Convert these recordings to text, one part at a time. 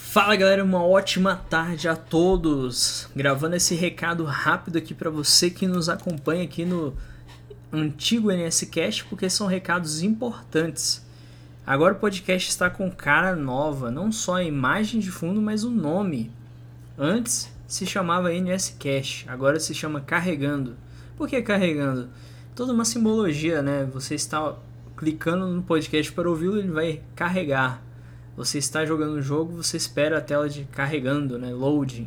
Fala galera, uma ótima tarde a todos. Gravando esse recado rápido aqui para você que nos acompanha aqui no antigo NSCast, porque são recados importantes. Agora o podcast está com cara nova, não só a imagem de fundo, mas o nome. Antes se chamava NSCast, agora se chama Carregando. Por que Carregando? Toda uma simbologia, né? Você está clicando no podcast para ouvi-lo, ele vai carregar. Você está jogando um jogo, você espera a tela de carregando, né? Loading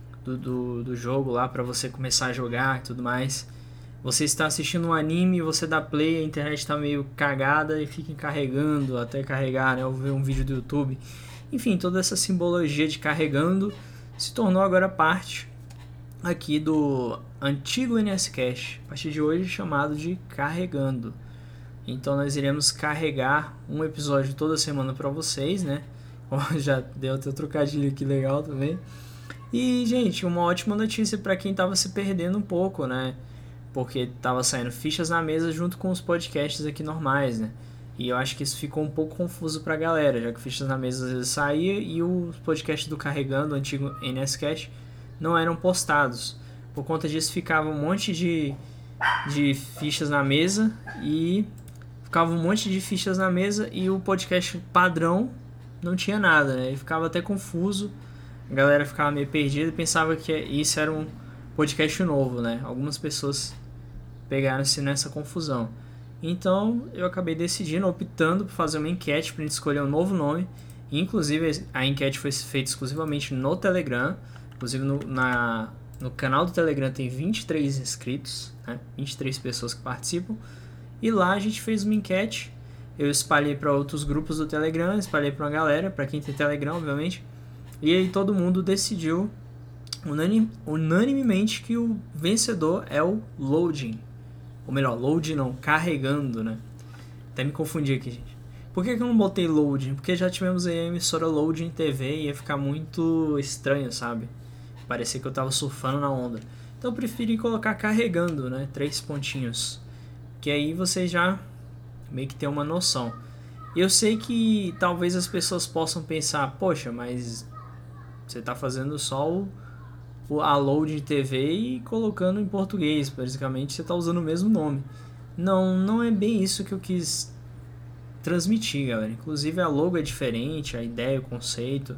do jogo lá para você começar a jogar e tudo mais. Você está assistindo um anime, você dá play, a internet está meio cagada e fica carregando até carregar, né? Ou ver um vídeo do YouTube. Enfim, toda essa simbologia de carregando se tornou agora parte aqui do antigo NSCast. A partir de hoje chamado de Carregando. Então nós iremos carregar um episódio toda semana para vocês, né? Já deu até um trocadilho aqui legal também. E, gente, uma ótima notícia para quem estava se perdendo um pouco, né? Porque estava saindo Fichas na Mesa junto com os podcasts aqui normais, né? E eu acho que isso ficou um pouco confuso pra galera, já que Fichas na Mesa às vezes saía e os podcasts do Carregando, o antigo NSCast, não eram postados. Por conta disso ficava um monte de fichas na mesa e... Ficava um monte de fichas na mesa e o podcast padrão não tinha nada, né? Ele ficava até confuso, a galera ficava meio perdida e pensava que isso era um podcast novo, né? Algumas pessoas pegaram-se nessa confusão. Então eu acabei decidindo, optando por fazer uma enquete para a gente escolher um novo nome. Inclusive a enquete foi feita exclusivamente no Telegram. Inclusive no canal do Telegram tem 23 inscritos, né? 23 pessoas que participam. E lá a gente fez uma enquete, eu espalhei para outros grupos do Telegram, espalhei para uma galera, para quem tem Telegram, obviamente. E aí todo mundo decidiu unanimemente que o vencedor é o Loading. Ou melhor, Loading não, Carregando, né? Até me confundi aqui, gente. Por que eu não botei Loading? Porque já tivemos aí a emissora Loading TV e ia ficar muito estranho, sabe? Parecia que eu tava surfando na onda. Então eu preferi colocar Carregando, né? 3 pontinhos. Que aí você já meio que tem uma noção. Eu sei que talvez as pessoas possam pensar, poxa, mas você está fazendo só a Load TV e colocando em português, basicamente você está usando o mesmo nome. Não é bem isso que eu quis transmitir, galera. Inclusive a logo é diferente, a ideia, o conceito,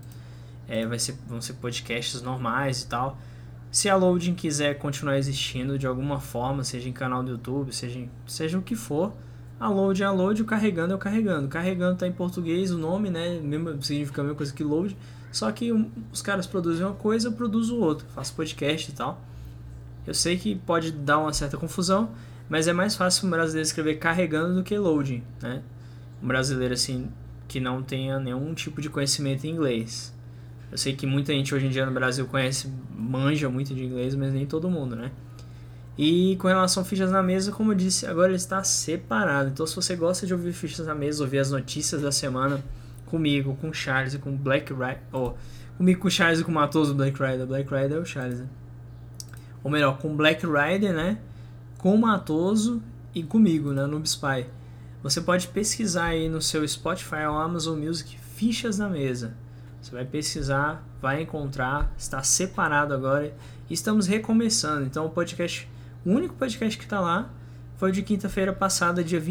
vão ser podcasts normais e tal. Se a Loading quiser continuar existindo de alguma forma, seja em canal do YouTube, seja o que for, a Load é a Load, o Carregando é o Carregando. Carregando tá em português o nome, né? Significa a mesma coisa que Load, só que os caras produzem uma coisa, eu produzo outra, faço podcast e tal. Eu sei que pode dar uma certa confusão, mas é mais fácil um brasileiro escrever Carregando do que Loading, né? Um brasileiro assim que não tenha nenhum tipo de conhecimento em inglês. Eu sei que muita gente hoje em dia no Brasil manja muito de inglês, mas nem todo mundo, né? E com relação a Fichas na Mesa, como eu disse, agora ele está separado. Então se você gosta de ouvir Fichas na Mesa, ouvir as notícias da semana comigo, com o Charles e com o Black Rider... comigo, com o Charles e com o Matoso Black Rider. Black Rider é o Charles, né? Ou melhor, com o Black Rider, né? Com o Matoso e comigo, né? No Spy. Você pode pesquisar aí no seu Spotify ou Amazon Music Fichas na Mesa. Você vai pesquisar, vai encontrar, está separado agora e estamos recomeçando. Então o único podcast que está lá foi o de quinta-feira passada, dia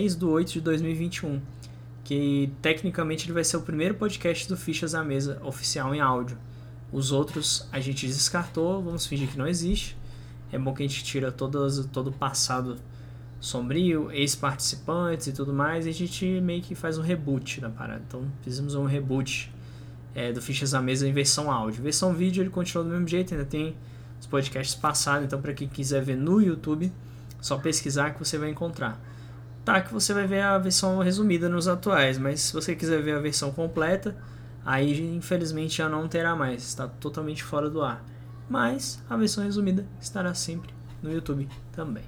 26/8/2021, que tecnicamente ele vai ser o primeiro podcast do Fichas na Mesa oficial em áudio. Os outros a gente descartou, vamos fingir que não existe. É bom que a gente tira todo o passado sombrio, ex-participantes e tudo mais, e a gente meio que faz um reboot da parada. Então fizemos um reboot do Fichas na Mesa em versão áudio. Versão vídeo ele continua do mesmo jeito, ainda tem os podcasts passados, então para quem quiser ver no YouTube, só pesquisar que você vai encontrar. Tá, que você vai ver a versão resumida nos atuais, mas se você quiser ver a versão completa, aí infelizmente já não terá mais, está totalmente fora do ar. Mas a versão resumida estará sempre no YouTube também.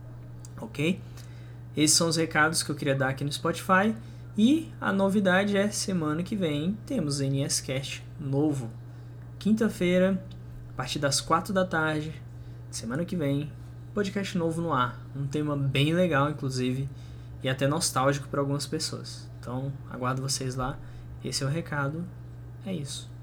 Ok? Esses são os recados que eu queria dar aqui no Spotify. E a novidade é, semana que vem, temos NSCast novo. Quinta-feira, a partir das 4 da tarde, semana que vem, podcast novo no ar. Um tema bem legal, inclusive, e até nostálgico para algumas pessoas. Então, aguardo vocês lá. Esse é o recado. É isso.